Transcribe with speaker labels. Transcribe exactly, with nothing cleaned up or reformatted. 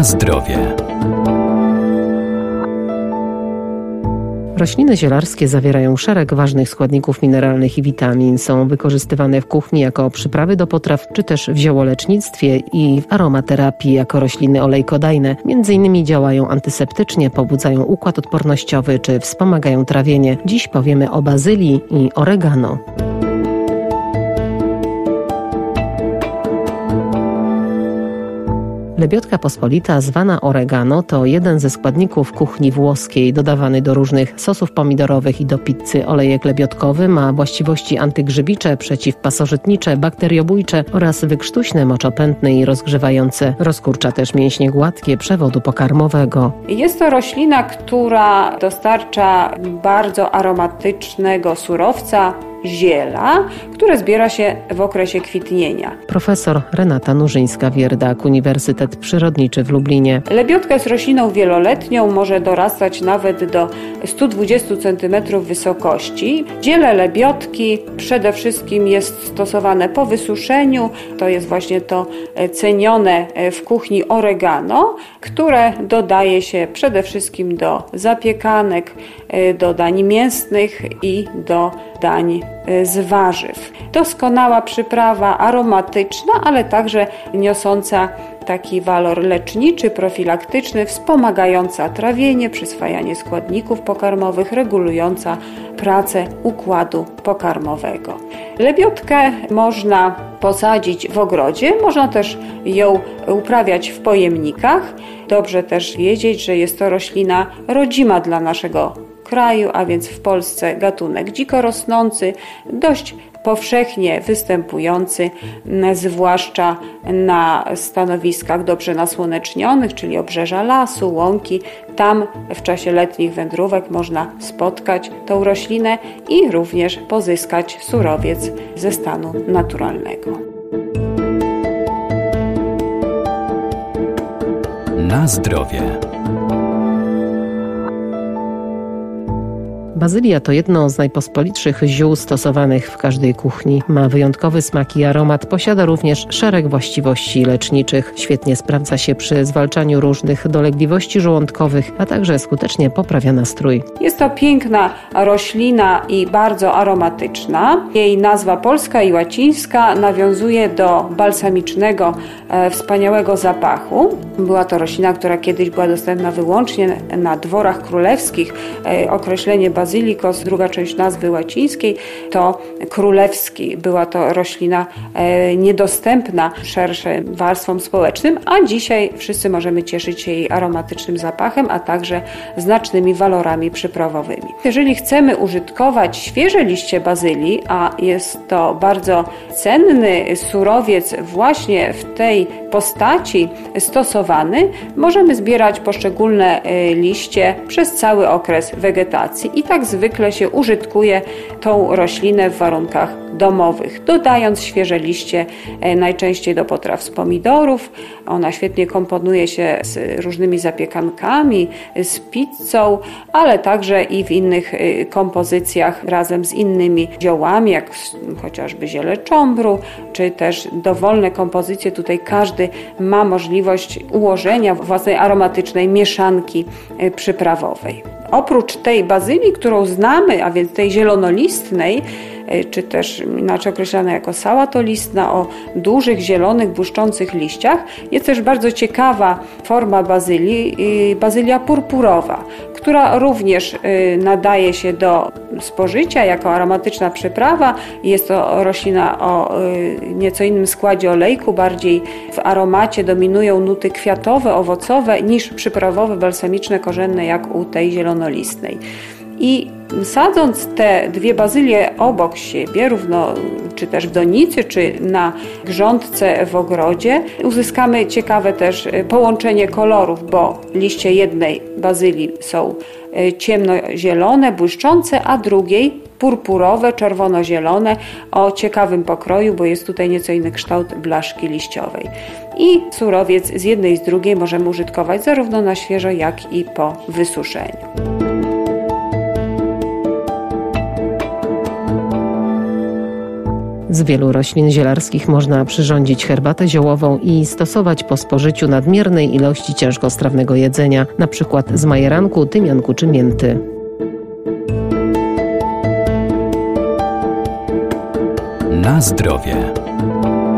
Speaker 1: Na zdrowie.
Speaker 2: Rośliny zielarskie zawierają szereg ważnych składników mineralnych i witamin. Są wykorzystywane w kuchni jako przyprawy do potraw, czy też w ziołolecznictwie i w aromaterapii jako rośliny olejkodajne. Między innymi działają antyseptycznie, pobudzają układ odpornościowy, czy wspomagają trawienie. Dziś powiemy o bazylii i oregano. Lebiotka pospolita, zwana oregano, to jeden ze składników kuchni włoskiej, dodawany do różnych sosów pomidorowych i do pizzy. Olejek lebiotkowy ma właściwości antygrzybicze, przeciwpasożytnicze, bakteriobójcze oraz wykrztuśne, moczopędne i rozgrzewające. Rozkurcza też mięśnie gładkie przewodu pokarmowego.
Speaker 3: Jest to roślina, która dostarcza bardzo aromatycznego surowca, ziela, które zbiera się w okresie kwitnienia.
Speaker 2: Profesor Renata Nurzyńska-Wierdak, Uniwersytet Przyrodniczy w Lublinie.
Speaker 3: Lebiotka jest rośliną wieloletnią, może dorastać nawet do sto dwadzieścia centymetrów wysokości. Ziele lebiotki przede wszystkim jest stosowane po wysuszeniu. To jest właśnie to cenione w kuchni oregano, które dodaje się przede wszystkim do zapiekanek, do dań mięsnych i do dań z warzyw. Doskonała przyprawa, aromatyczna, ale także niosąca taki walor leczniczy, profilaktyczny, wspomagająca trawienie, przyswajanie składników pokarmowych, regulująca pracę układu pokarmowego. Lebiotkę można posadzić w ogrodzie, można też ją uprawiać w pojemnikach. Dobrze też wiedzieć, że jest to roślina rodzima dla naszego kraju, a więc w Polsce gatunek dziko rosnący, dość powszechnie występujący, zwłaszcza na stanowiskach dobrze nasłonecznionych, czyli obrzeża lasu, łąki. Tam w czasie letnich wędrówek można spotkać tą roślinę i również pozyskać surowiec ze stanu naturalnego.
Speaker 1: Na zdrowie.
Speaker 2: Bazylia to jedno z najpospolitszych ziół stosowanych w każdej kuchni. Ma wyjątkowy smak i aromat, posiada również szereg właściwości leczniczych. Świetnie sprawdza się przy zwalczaniu różnych dolegliwości żołądkowych, a także skutecznie poprawia nastrój.
Speaker 3: Jest to piękna roślina i bardzo aromatyczna. Jej nazwa polska i łacińska nawiązuje do balsamicznego, e, wspaniałego zapachu. Była to roślina, która kiedyś była dostępna wyłącznie na dworach królewskich. E, określenie bazylia Bazylikos, druga część nazwy łacińskiej, to królewski. Była to roślina e, niedostępna szerszym warstwom społecznym, a dzisiaj wszyscy możemy cieszyć się jej aromatycznym zapachem, a także znacznymi walorami przyprawowymi. Jeżeli chcemy użytkować świeże liście bazylii, a jest to bardzo cenny surowiec właśnie w tej postaci stosowany, możemy zbierać poszczególne liście przez cały okres wegetacji i tak zwykle się użytkuje tą roślinę w warunkach domowych, dodając świeże liście najczęściej do potraw z pomidorów. Ona świetnie komponuje się z różnymi zapiekankami, z pizzą, ale także i w innych kompozycjach razem z innymi ziołami, jak chociażby ziele czombru, czy też dowolne kompozycje. Tutaj każdy ma możliwość ułożenia własnej aromatycznej mieszanki przyprawowej. Oprócz tej bazylii, którą znamy, a więc tej zielonolistnej, czy też inaczej określana jako sałatolistna, o dużych, zielonych, błyszczących liściach, jest też bardzo ciekawa forma bazylii, bazylia purpurowa, która również nadaje się do spożycia jako aromatyczna przyprawa. Jest to roślina o nieco innym składzie olejku, bardziej w aromacie dominują nuty kwiatowe, owocowe niż przyprawowe, balsamiczne, korzenne jak u tej zielonolistnej. I sadząc te dwie bazylie obok siebie, równo, czy też w donicy, czy na grządce w ogrodzie, uzyskamy ciekawe też połączenie kolorów, bo liście jednej bazylii są ciemnozielone, błyszczące, a drugiej purpurowe, czerwono-zielone o ciekawym pokroju, bo jest tutaj nieco inny kształt blaszki liściowej. I surowiec z jednej i z drugiej możemy użytkować zarówno na świeżo, jak i po wysuszeniu.
Speaker 2: Z wielu roślin zielarskich można przyrządzić herbatę ziołową i stosować po spożyciu nadmiernej ilości ciężkostrawnego jedzenia, np. z majeranku, tymianku czy mięty.
Speaker 1: Na zdrowie.